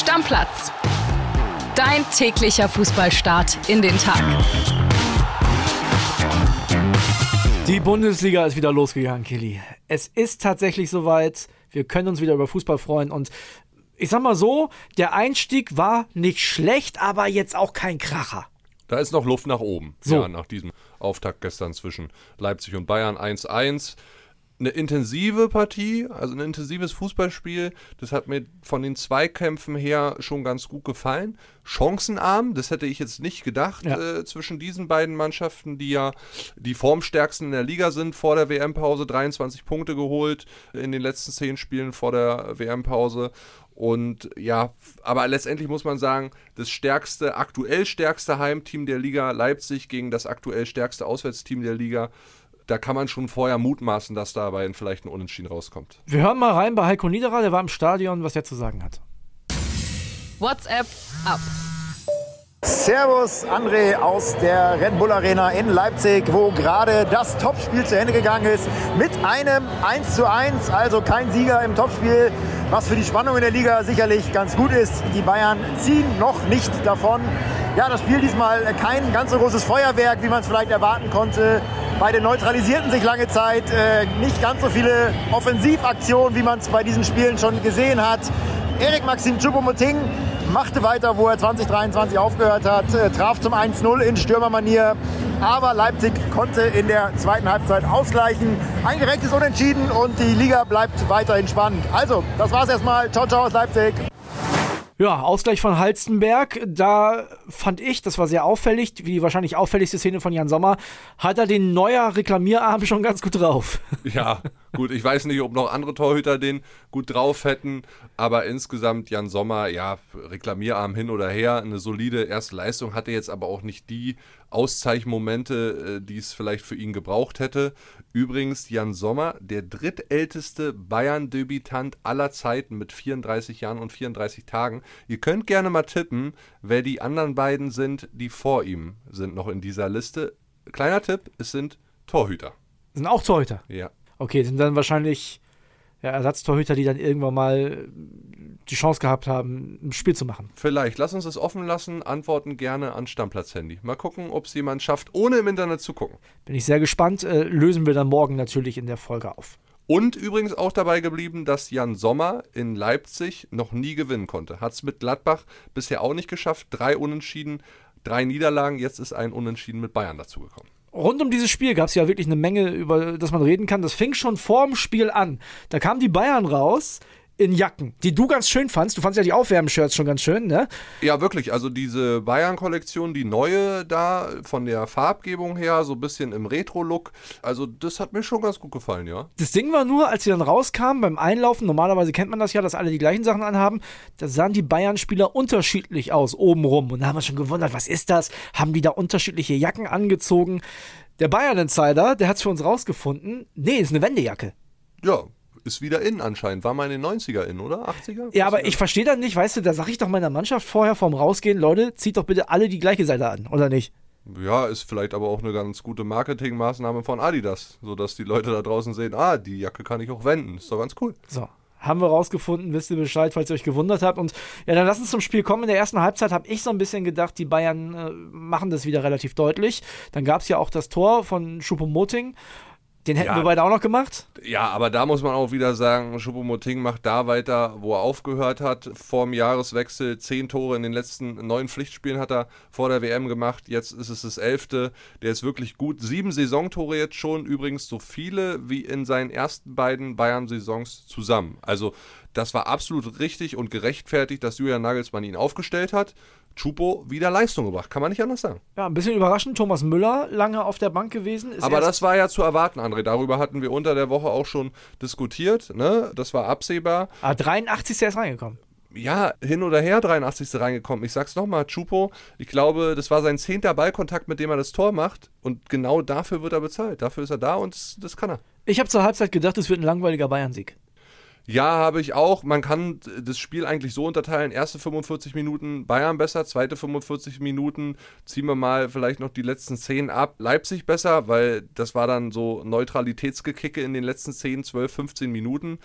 Stammplatz. Dein täglicher Fußballstart in den Tag. Die Bundesliga ist wieder losgegangen, Kili. Es ist tatsächlich soweit. Wir können uns wieder über Fußball freuen. Und ich sag mal so, der Einstieg war nicht schlecht, aber jetzt auch kein Kracher. Da ist noch Luft nach oben. So. Ja, nach diesem Auftakt gestern zwischen Leipzig und Bayern 1-1. Eine intensive Partie, also ein intensives Fußballspiel. Das hat mir von den Zweikämpfen her schon ganz gut gefallen. Chancenarm, das hätte ich jetzt nicht gedacht, zwischen diesen beiden Mannschaften, die ja die formstärksten in der Liga sind vor der WM-Pause. 23 Punkte geholt in den letzten 10 Spielen vor der WM-Pause. Und ja, aber letztendlich muss man sagen, das aktuell stärkste Heimteam der Liga, Leipzig, gegen das aktuell stärkste Auswärtsteam der Liga. Da kann man schon vorher mutmaßen, dass dabei vielleicht ein Unentschieden rauskommt. Wir hören mal rein bei Heiko Niederer, der war im Stadion, was er zu sagen hat. WhatsApp ab. Servus, André aus der Red Bull Arena in Leipzig, wo gerade das Topspiel zu Ende gegangen ist. Mit einem 1:1, also kein Sieger im Topspiel, was für die Spannung in der Liga sicherlich ganz gut ist. Die Bayern ziehen noch nicht davon. Ja, das Spiel diesmal kein ganz so großes Feuerwerk, wie man es vielleicht erwarten konnte. Beide neutralisierten sich lange Zeit. Nicht ganz so viele Offensivaktionen, wie man es bei diesen Spielen schon gesehen hat. Erik Maxim Choupo-Moting machte weiter, wo er 2023 aufgehört hat, traf zum 1:0 in Stürmermanier. Aber Leipzig konnte in der zweiten Halbzeit ausgleichen. Ein gerechtes Unentschieden und die Liga bleibt weiterhin spannend. Also, das war's erstmal. Ciao, ciao aus Leipzig. Ja, Ausgleich von Halstenberg, da fand ich, das war sehr auffällig, wie die wahrscheinlich auffälligste Szene von Jan Sommer, hat er den Neuer Reklamierarm schon ganz gut drauf. Ja, gut, ich weiß nicht, ob noch andere Torhüter den gut drauf hätten, aber insgesamt Jan Sommer, ja, Reklamierarm hin oder her, eine solide erste Leistung, hatte jetzt aber auch nicht die Auszeichnmomente, die es vielleicht für ihn gebraucht hätte. Übrigens Jan Sommer, der drittälteste Bayern-Debütant aller Zeiten mit 34 Jahren und 34 Tagen. Ihr könnt gerne mal tippen, wer die anderen beiden sind, die vor ihm sind noch in dieser Liste. Kleiner Tipp, es sind Torhüter. Sind auch Torhüter? Ja. Okay, sind dann wahrscheinlich Ersatztorhüter, die dann irgendwann mal die Chance gehabt haben, ein Spiel zu machen. Vielleicht. Lass uns das offen lassen. Antworten gerne an Stammplatz-Handy. Mal gucken, ob es jemand schafft, ohne im Internet zu gucken. Bin ich sehr gespannt. Lösen wir dann morgen natürlich in der Folge auf. Und übrigens auch dabei geblieben, dass Jan Sommer in Leipzig noch nie gewinnen konnte. Hat es mit Gladbach bisher auch nicht geschafft. 3 Unentschieden, 3 Niederlagen. Jetzt ist ein Unentschieden mit Bayern dazugekommen. Rund um dieses Spiel gab es ja wirklich eine Menge, über das man reden kann. Das fing schon vorm Spiel an. Da kamen die Bayern raus in Jacken, die du ganz schön fandst. Du fandst ja die Aufwärmshirts schon ganz schön, ne? Ja, wirklich. Also diese Bayern-Kollektion, die neue da, von der Farbgebung her, so ein bisschen im Retro-Look. Also das hat mir schon ganz gut gefallen, ja. Das Ding war nur, als sie dann rauskamen beim Einlaufen, normalerweise kennt man das ja, dass alle die gleichen Sachen anhaben, da sahen die Bayern-Spieler unterschiedlich aus, obenrum. Und da haben wir schon gewundert, was ist das? Haben die da unterschiedliche Jacken angezogen? Der Bayern-Insider, der hat es für uns rausgefunden. Nee, ist eine Wendejacke. Ja. Ist wieder in anscheinend. War mal in den 90er in, oder? 80er? Ja, aber ich verstehe dann nicht, weißt du, da sag ich doch meiner Mannschaft vorher vorm Rausgehen, Leute, zieht doch bitte alle die gleiche Seite an, oder nicht? Ja, ist vielleicht aber auch eine ganz gute Marketingmaßnahme von Adidas, sodass die Leute da draußen sehen, die Jacke kann ich auch wenden. Ist doch ganz cool. So, haben wir rausgefunden, wisst ihr Bescheid, falls ihr euch gewundert habt. Und ja, dann lass uns zum Spiel kommen. In der ersten Halbzeit habe ich so ein bisschen gedacht, die Bayern machen das wieder relativ deutlich. Dann gab es ja auch das Tor von Choupo-Moting. Den hätten wir beide auch noch gemacht. Ja, aber da muss man auch wieder sagen, Choupo-Moting macht da weiter, wo er aufgehört hat. Vor dem Jahreswechsel 10 Tore in den letzten 9 Pflichtspielen hat er vor der WM gemacht. Jetzt ist es das 11. Der ist wirklich gut. 7 Saisontore jetzt schon. Übrigens so viele wie in seinen ersten beiden Bayern-Saisons zusammen. Also das war absolut richtig und gerechtfertigt, dass Julian Nagelsmann ihn aufgestellt hat. Choupo wieder Leistung gebracht, kann man nicht anders sagen. Ja, ein bisschen überraschend, Thomas Müller lange auf der Bank gewesen. Aber das war ja zu erwarten, André. Darüber hatten wir unter der Woche auch schon diskutiert. Ne? Das war absehbar. 83. ist reingekommen. Ja, hin oder her, 83. reingekommen. Ich sag's nochmal, Choupo, ich glaube, das war sein 10. Ballkontakt, mit dem er das Tor macht. Und genau dafür wird er bezahlt. Dafür ist er da und das kann er. Ich habe zur Halbzeit gedacht, es wird ein langweiliger Bayern-Sieg. Ja, habe ich auch. Man kann das Spiel eigentlich so unterteilen. Erste 45 Minuten Bayern besser, zweite 45 Minuten ziehen wir mal vielleicht noch die letzten 10 ab. Leipzig besser, weil das war dann so Neutralitätsgekicke in den letzten 10, 12, 15 Minuten.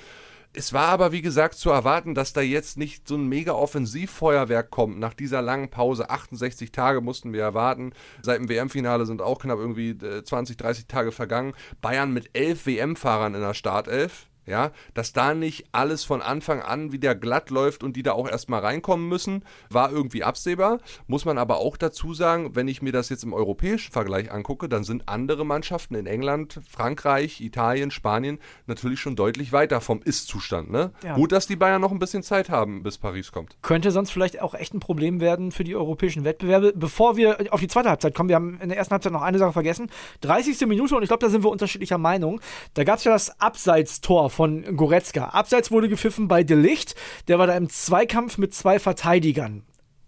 Es war aber, wie gesagt, zu erwarten, dass da jetzt nicht so ein mega Offensivfeuerwerk kommt. Nach dieser langen Pause, 68 Tage mussten wir erwarten. Seit dem WM-Finale sind auch knapp irgendwie 20, 30 Tage vergangen. Bayern mit 11 WM-Fahrern in der Startelf. Ja, dass da nicht alles von Anfang an wieder glatt läuft und die da auch erstmal reinkommen müssen, war irgendwie absehbar. Muss man aber auch dazu sagen, wenn ich mir das jetzt im europäischen Vergleich angucke, dann sind andere Mannschaften in England, Frankreich, Italien, Spanien natürlich schon deutlich weiter vom Ist-Zustand. Ne? Ja. Gut, dass die Bayern noch ein bisschen Zeit haben, bis Paris kommt. Könnte sonst vielleicht auch echt ein Problem werden für die europäischen Wettbewerbe. Bevor wir auf die zweite Halbzeit kommen, wir haben in der ersten Halbzeit noch eine Sache vergessen. 30. Minute und ich glaube, da sind wir unterschiedlicher Meinung. Da gab es ja das Abseitstor von Goretzka. Abseits wurde gepfiffen bei De Ligt. Der war da im Zweikampf mit 2 Verteidigern.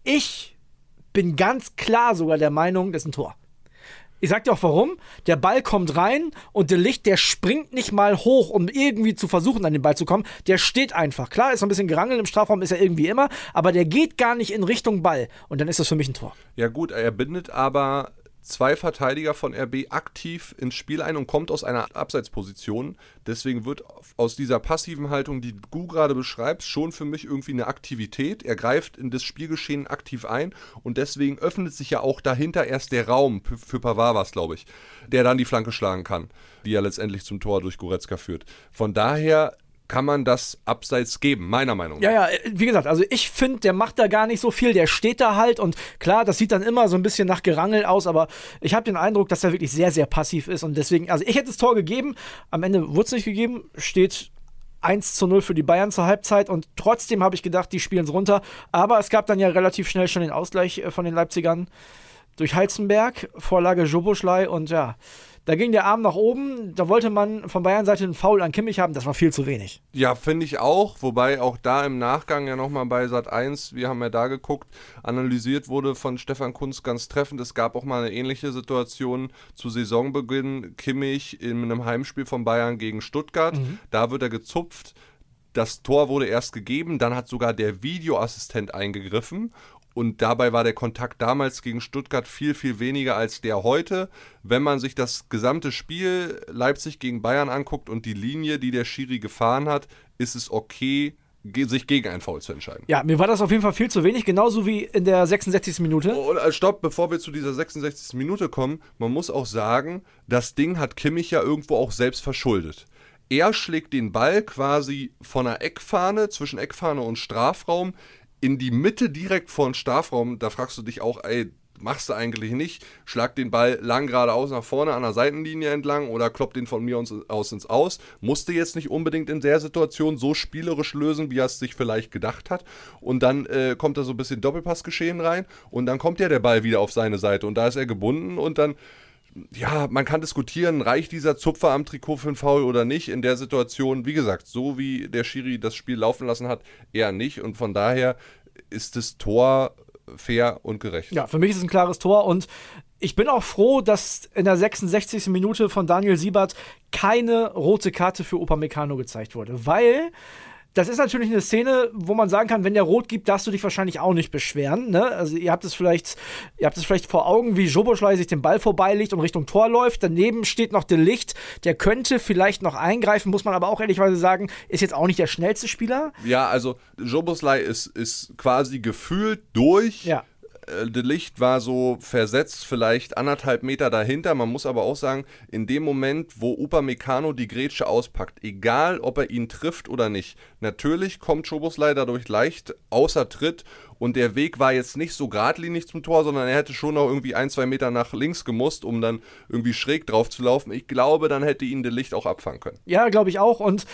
Ich bin ganz klar sogar der Meinung, das ist ein Tor. Ich sag dir auch warum. Der Ball kommt rein und De Ligt, der springt nicht mal hoch, um irgendwie zu versuchen, an den Ball zu kommen. Der steht einfach. Klar, ist noch ein bisschen gerangelt im Strafraum, ist er irgendwie immer, aber der geht gar nicht in Richtung Ball. Und dann ist das für mich ein Tor. Ja gut, er bindet aber 2 Verteidiger von RB aktiv ins Spiel ein und kommt aus einer Abseitsposition. Deswegen wird aus dieser passiven Haltung, die du gerade beschreibst, schon für mich irgendwie eine Aktivität. Er greift in das Spielgeschehen aktiv ein und deswegen öffnet sich ja auch dahinter erst der Raum, für Pavard war es, glaube ich, der dann die Flanke schlagen kann, die ja letztendlich zum Tor durch Goretzka führt. Von daher kann man das Abseits geben, meiner Meinung nach. Ja, wie gesagt, also ich finde, der macht da gar nicht so viel, der steht da halt und klar, das sieht dann immer so ein bisschen nach Gerangel aus, aber ich habe den Eindruck, dass er wirklich sehr, sehr passiv ist und deswegen, also ich hätte das Tor gegeben, am Ende wurde es nicht gegeben, steht 1:0 für die Bayern zur Halbzeit und trotzdem habe ich gedacht, die spielen es runter, aber es gab dann ja relativ schnell schon den Ausgleich von den Leipzigern durch Halzenberg, Vorlage Szoboszlai und ja, da ging der Arm nach oben, da wollte man von Bayern-Seite einen Foul an Kimmich haben, das war viel zu wenig. Ja, finde ich auch, wobei auch da im Nachgang ja nochmal bei Sat.1, wir haben ja da geguckt, analysiert wurde von Stefan Kuntz ganz treffend. Es gab auch mal eine ähnliche Situation zu Saisonbeginn, Kimmich in einem Heimspiel von Bayern gegen Stuttgart, da wird er gezupft, das Tor wurde erst gegeben, dann hat sogar der Videoassistent eingegriffen. Und dabei war der Kontakt damals gegen Stuttgart viel, viel weniger als der heute. Wenn man sich das gesamte Spiel Leipzig gegen Bayern anguckt und die Linie, die der Schiri gefahren hat, ist es okay, sich gegen einen Foul zu entscheiden. Ja, mir war das auf jeden Fall viel zu wenig, genauso wie in der 66. Minute. Und stopp, bevor wir zu dieser 66. Minute kommen, man muss auch sagen, das Ding hat Kimmich ja irgendwo auch selbst verschuldet. Er schlägt den Ball quasi von der Eckfahne, zwischen Eckfahne und Strafraum, in die Mitte direkt vor den Strafraum. Da fragst du dich auch, ey, machst du eigentlich nicht, schlag den Ball lang geradeaus nach vorne an der Seitenlinie entlang oder klopp den von mir aus ins Aus. Musste jetzt nicht unbedingt in der Situation so spielerisch lösen, wie er es sich vielleicht gedacht hat. Und dann kommt da so ein bisschen Doppelpassgeschehen rein und dann kommt ja der Ball wieder auf seine Seite und da ist er gebunden und dann, ja, man kann diskutieren, reicht dieser Zupfer am Trikot für einen Foul oder nicht. In der Situation, wie gesagt, so wie der Schiri das Spiel laufen lassen hat, eher nicht. Und von daher ist das Tor fair und gerecht. Ja, für mich ist es ein klares Tor und ich bin auch froh, dass in der 66. Minute von Daniel Siebert keine rote Karte für Upamecano gezeigt wurde, weil das ist natürlich eine Szene, wo man sagen kann, wenn der rot gibt, darfst du dich wahrscheinlich auch nicht beschweren. Ne? Also ihr habt es vielleicht vor Augen, wie Szoboszlai sich den Ball vorbeilegt und Richtung Tor läuft. Daneben steht noch De Ligt, der könnte vielleicht noch eingreifen, muss man aber auch ehrlicherweise sagen, ist jetzt auch nicht der schnellste Spieler. Ja, also Szoboszlai ist quasi gefühlt durch. Ja. De Ligt war so versetzt, vielleicht 1,5 Meter dahinter. Man muss aber auch sagen, in dem Moment, wo Upamecano die Grätsche auspackt, egal ob er ihn trifft oder nicht, natürlich kommt Szoboszlai dadurch leicht außer Tritt und der Weg war jetzt nicht so geradlinig zum Tor, sondern er hätte schon noch irgendwie 1-2 Meter nach links gemusst, um dann irgendwie schräg drauf zu laufen. Ich glaube, dann hätte ihn De Ligt auch abfangen können. Ja, glaube ich auch und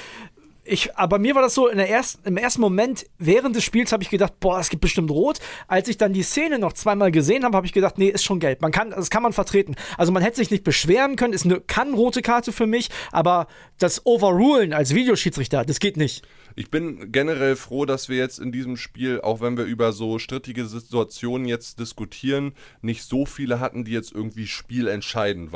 bei mir war das so, im ersten Moment während des Spiels habe ich gedacht, boah, es gibt bestimmt Rot. Als ich dann die Szene noch zweimal gesehen habe, habe ich gedacht, nee, ist schon gelb. Das kann man vertreten. Also man hätte sich nicht beschweren können, ist eine rote Karte für mich, aber das Overrulen als Videoschiedsrichter, das geht nicht. Ich bin generell froh, dass wir jetzt in diesem Spiel, auch wenn wir über so strittige Situationen jetzt diskutieren, nicht so viele hatten, die jetzt irgendwie spielentscheidend waren.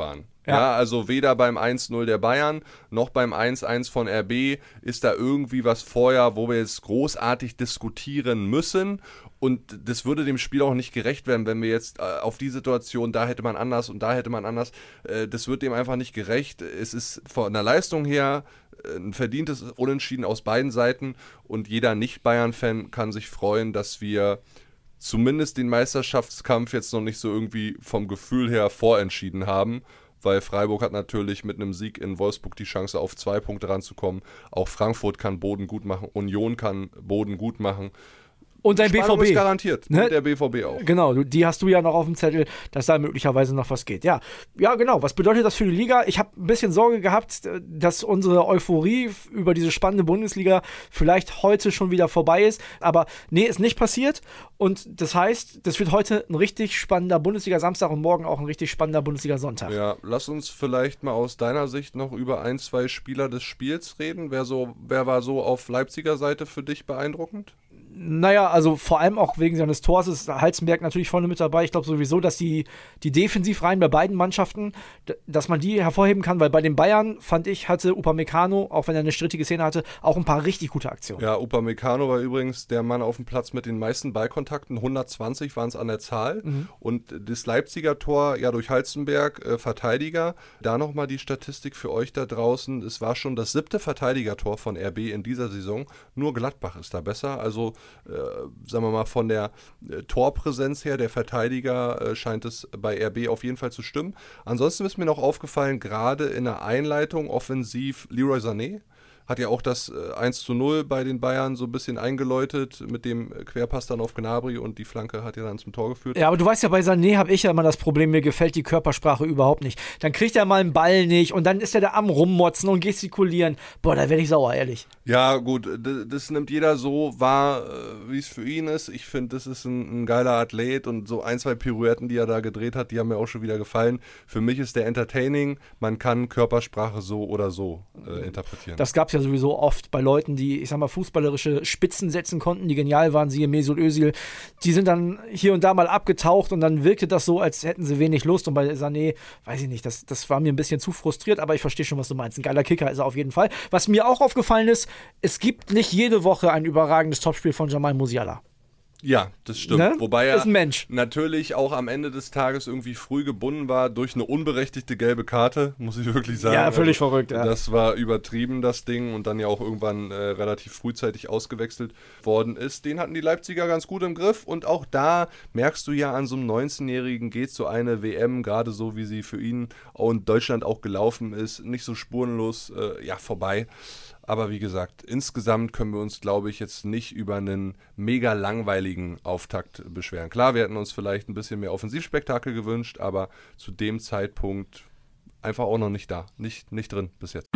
Ja, also weder beim 1-0 der Bayern noch beim 1-1 von RB ist da irgendwie was vorher, wo wir jetzt großartig diskutieren müssen. Und das würde dem Spiel auch nicht gerecht werden, wenn wir jetzt auf die Situation, da hätte man anders und da hätte man anders, das wird dem einfach nicht gerecht. Es ist von der Leistung her ein verdientes Unentschieden aus beiden Seiten und jeder Nicht-Bayern-Fan kann sich freuen, dass wir zumindest den Meisterschaftskampf jetzt noch nicht so irgendwie vom Gefühl her vorentschieden haben, weil Freiburg hat natürlich mit einem Sieg in Wolfsburg die Chance, auf 2 Punkte ranzukommen. Auch Frankfurt kann Boden gut machen, Union kann Boden gut machen. Und dein Spannung BVB. ist garantiert. Ne? Und der BVB auch. Genau, die hast du ja noch auf dem Zettel, dass da möglicherweise noch was geht. Ja, genau. Was bedeutet das für die Liga? Ich habe ein bisschen Sorge gehabt, dass unsere Euphorie über diese spannende Bundesliga vielleicht heute schon wieder vorbei ist. Aber nee, ist nicht passiert. Und das heißt, das wird heute ein richtig spannender Bundesliga-Samstag und morgen auch ein richtig spannender Bundesliga-Sonntag. Ja, lass uns vielleicht mal aus deiner Sicht noch über 1, 2 Spieler des Spiels reden. Wer war so auf Leipziger Seite für dich beeindruckend? Naja, also vor allem auch wegen seines Tors ist Halzenberg natürlich vorne mit dabei. Ich glaube sowieso, dass die Defensivreihen bei beiden Mannschaften, dass man die hervorheben kann, weil bei den Bayern, fand ich, hatte Upamecano, auch wenn er eine strittige Szene hatte, auch ein paar richtig gute Aktionen. Ja, Upamecano war übrigens der Mann auf dem Platz mit den meisten Ballkontakten, 120 waren es an der Zahl. Und das Leipziger Tor, ja, durch Halzenberg, Verteidiger. Da nochmal die Statistik für euch da draußen. Es war schon das 7. Verteidigertor von RB in dieser Saison. Nur Gladbach ist da besser. Also sagen wir mal, von der Torpräsenz her, der Verteidiger scheint es bei RB auf jeden Fall zu stimmen. Ansonsten ist mir noch aufgefallen, gerade in der Einleitung offensiv Leroy Sané. Hat ja auch das 1:0 bei den Bayern so ein bisschen eingeläutet mit dem Querpass dann auf Gnabry und die Flanke hat ja dann zum Tor geführt. Ja, aber du weißt ja, bei Sané habe ich ja immer das Problem, mir gefällt die Körpersprache überhaupt nicht. Dann kriegt er mal einen Ball nicht und dann ist er da am Rummotzen und gestikulieren. Boah, da werde ich sauer, ehrlich. Ja, gut, das nimmt jeder so wahr, wie es für ihn ist. Ich finde, das ist ein geiler Athlet und so 1, 2 Pirouetten, die er da gedreht hat, die haben mir auch schon wieder gefallen. Für mich ist der entertaining. Man kann Körpersprache so oder so interpretieren. Das gab es ja sowieso oft bei Leuten, die, ich sag mal, fußballerische Spitzen setzen konnten, die genial waren, siehe Mesut Özil. Die sind dann hier und da mal abgetaucht und dann wirkte das so, als hätten sie wenig Lust. Und bei Sané, weiß ich nicht, das war mir ein bisschen zu frustriert, aber ich verstehe schon, was du meinst. Ein geiler Kicker ist er auf jeden Fall. Was mir auch aufgefallen ist, es gibt nicht jede Woche ein überragendes Topspiel von Jamal Musiala. Ja, das stimmt. Ne? Wobei er ist ein Mensch. Natürlich auch am Ende des Tages irgendwie früh gebunden war durch eine unberechtigte gelbe Karte, muss ich wirklich sagen. Ja, völlig verrückt. Ja. Das war übertrieben, das Ding, und dann ja auch irgendwann relativ frühzeitig ausgewechselt worden ist. Den hatten die Leipziger ganz gut im Griff und auch da merkst du ja, an so einem 19-Jährigen geht so eine WM, gerade so wie sie für ihn und Deutschland auch gelaufen ist, nicht so spurenlos vorbei. Aber wie gesagt, insgesamt können wir uns, glaube ich, jetzt nicht über einen mega langweiligen Auftakt beschweren. Klar, wir hätten uns vielleicht ein bisschen mehr Offensivspektakel gewünscht, aber zu dem Zeitpunkt einfach auch noch nicht da. Nicht drin bis jetzt.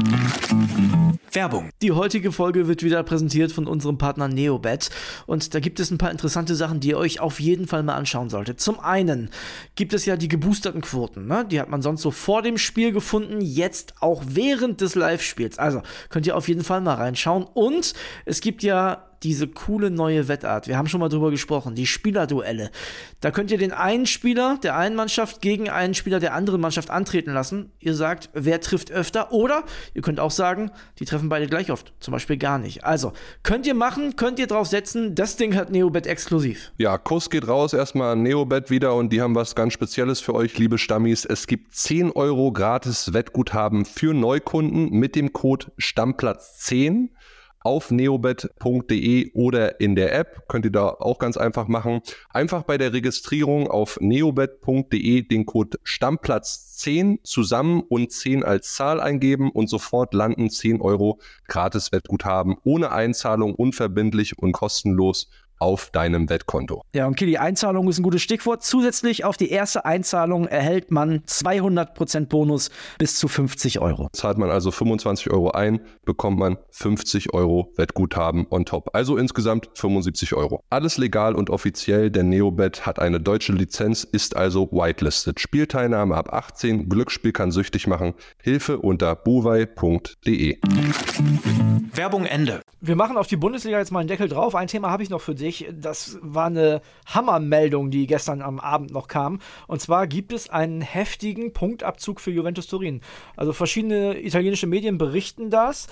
Werbung. Die heutige Folge wird wieder präsentiert von unserem Partner Neobet und da gibt es ein paar interessante Sachen, die ihr euch auf jeden Fall mal anschauen solltet. Zum einen gibt es ja die geboosterten Quoten, ne? Die hat man sonst so vor dem Spiel gefunden, jetzt auch während des Live-Spiels. Also könnt ihr auf jeden Fall mal reinschauen und es gibt ja diese coole neue Wettart. Wir haben schon mal drüber gesprochen, die Spielerduelle. Da könnt ihr den einen Spieler der einen Mannschaft gegen einen Spieler der anderen Mannschaft antreten lassen. Ihr sagt, wer trifft öfter, oder ihr könnt auch sagen, die treffen beide gleich oft, zum Beispiel gar nicht. Also, könnt ihr machen, könnt ihr drauf setzen, das Ding hat Neobet exklusiv. Ja, Kuss geht raus erstmal an Neobet wieder und die haben was ganz Spezielles für euch, liebe Stammis. Es gibt 10 € gratis Wettguthaben für Neukunden mit dem Code Stammplatz10. Auf neobet.de oder in der App, könnt ihr da auch ganz einfach machen. Einfach bei der Registrierung auf neobet.de den Code Stammplatz10 zusammen und 10 als Zahl eingeben und sofort landen 10 € gratis Wettguthaben ohne Einzahlung, unverbindlich und kostenlos auf deinem Wettkonto. Ja, und Kili, Einzahlung ist ein gutes Stichwort. Zusätzlich auf die erste Einzahlung erhält man 200% Bonus bis zu 50 €. Zahlt man also 25 € ein, bekommt man 50 € Wettguthaben on top. Also insgesamt 75 €. Alles legal und offiziell, denn Neobet hat eine deutsche Lizenz, ist also whitelisted. Spielteilnahme ab 18, Glücksspiel kann süchtig machen. Hilfe unter buwei.de. Werbung Ende. Wir machen auf die Bundesliga jetzt mal einen Deckel drauf. Ein Thema habe ich noch für dich. dich. Das war eine Hammermeldung, die gestern am Abend noch kam. Und zwar gibt es einen heftigen Punktabzug für Juventus Turin. Also verschiedene italienische Medien berichten das.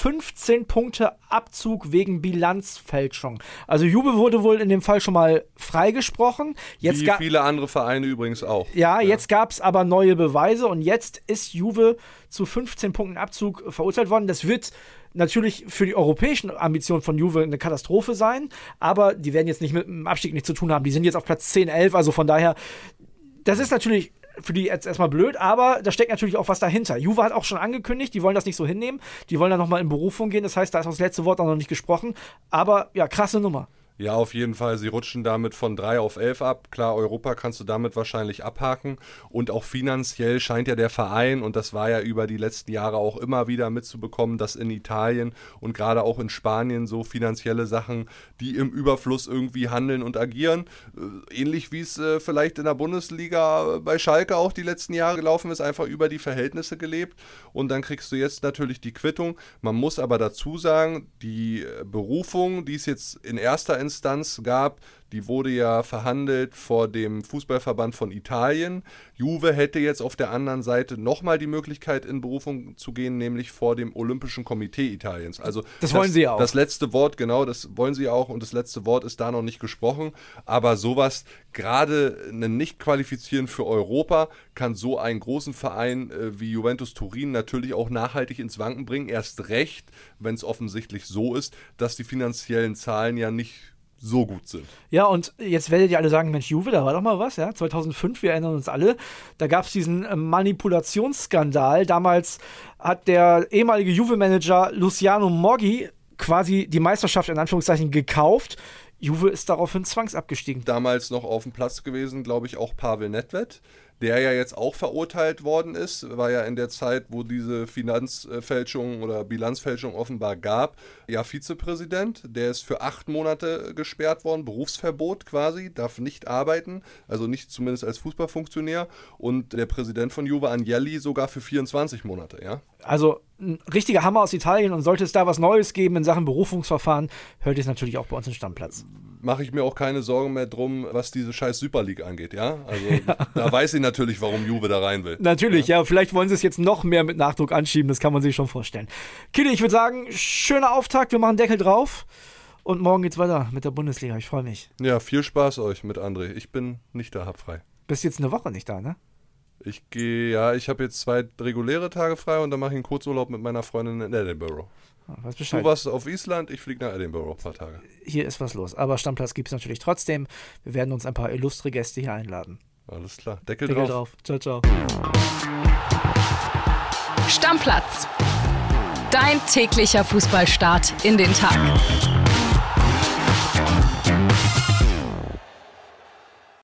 15 Punkte Abzug wegen Bilanzfälschung. Also Juve wurde wohl in dem Fall schon mal freigesprochen. Wie viele andere Vereine übrigens auch. Ja, jetzt gab es aber neue Beweise und jetzt ist Juve zu 15 Punkten Abzug verurteilt worden. Das wird natürlich für die europäischen Ambitionen von Juve eine Katastrophe sein, aber die werden jetzt nicht mit dem Abstieg nichts zu tun haben. Die sind jetzt auf Platz 10, 11, also von daher, das ist natürlich für die jetzt erstmal blöd, aber da steckt natürlich auch was dahinter. Juve hat auch schon angekündigt, die wollen das nicht so hinnehmen, die wollen dann nochmal in Berufung gehen, das heißt, da ist auch das letzte Wort auch noch nicht gesprochen, aber ja, krasse Nummer. Ja, auf jeden Fall. Sie rutschen damit von 3 auf 11 ab. Klar, Europa kannst du damit wahrscheinlich abhaken. Und auch finanziell scheint ja der Verein, und das war ja über die letzten Jahre auch immer wieder mitzubekommen, dass in Italien und gerade auch in Spanien so finanzielle Sachen, die im Überfluss irgendwie handeln und agieren. Ähnlich wie es vielleicht in der Bundesliga bei Schalke auch die letzten Jahre gelaufen ist, einfach über die Verhältnisse gelebt. Und dann kriegst du jetzt natürlich die Quittung. Man muss aber dazu sagen, die Berufung, die es jetzt in erster Instanz gab, die wurde ja verhandelt vor dem Fußballverband von Italien. Juve hätte jetzt auf der anderen Seite nochmal die Möglichkeit, in Berufung zu gehen, nämlich vor dem Olympischen Komitee Italiens. Also das wollen sie auch. Das letzte Wort, genau, das wollen sie auch und das letzte Wort ist da noch nicht gesprochen. Aber sowas, gerade ein Nicht-Qualifizieren für Europa, kann so einen großen Verein wie Juventus Turin natürlich auch nachhaltig ins Wanken bringen. Erst recht, wenn es offensichtlich so ist, dass die finanziellen Zahlen ja nicht so gut sind. Ja, und jetzt werdet ihr alle sagen, Mensch, Juve, da war doch mal was, ja, 2005, wir erinnern uns alle, da gab es diesen Manipulationsskandal. Damals hat der ehemalige Juve-Manager Luciano Moggi quasi die Meisterschaft in Anführungszeichen gekauft. Juve ist daraufhin zwangsabgestiegen. Damals noch auf dem Platz gewesen, glaube ich, auch Pavel Nedved, der ja jetzt auch verurteilt worden ist, war ja in der Zeit, wo diese Finanzfälschung oder Bilanzfälschung offenbar gab, ja Vizepräsident. Der ist für 8 Monate gesperrt worden, Berufsverbot quasi, darf nicht arbeiten, also nicht zumindest als Fußballfunktionär. Und der Präsident von Juve, Agnelli, sogar für 24 Monate, ja. Also ein richtiger Hammer aus Italien, und sollte es da was Neues geben in Sachen Berufungsverfahren, hört ihr es natürlich auch bei uns im Stammplatz. Mache ich mir auch keine Sorgen mehr drum, was diese scheiß Super League angeht, ja? Also da weiß ich natürlich, warum Juve da rein will. Natürlich, ja, vielleicht wollen sie es jetzt noch mehr mit Nachdruck anschieben, das kann man sich schon vorstellen. Kili, ich würde sagen, schöner Auftakt, wir machen Deckel drauf und morgen geht's weiter mit der Bundesliga, ich freue mich. Ja, viel Spaß euch mit André, ich bin nicht da, hab frei. Bist jetzt eine Woche nicht da, ne? Ich habe jetzt 2 reguläre Tage frei und dann mache ich einen Kurzurlaub mit meiner Freundin in Edinburgh. Weiß Bescheid. Du warst auf Island, ich fliege nach Edinburgh ein paar Tage. Hier ist was los, aber Stammplatz gibt es natürlich trotzdem. Wir werden uns ein paar illustre Gäste hier einladen. Alles klar, Deckel drauf. Ciao, ciao. Stammplatz. Dein täglicher Fußballstart in den Tag.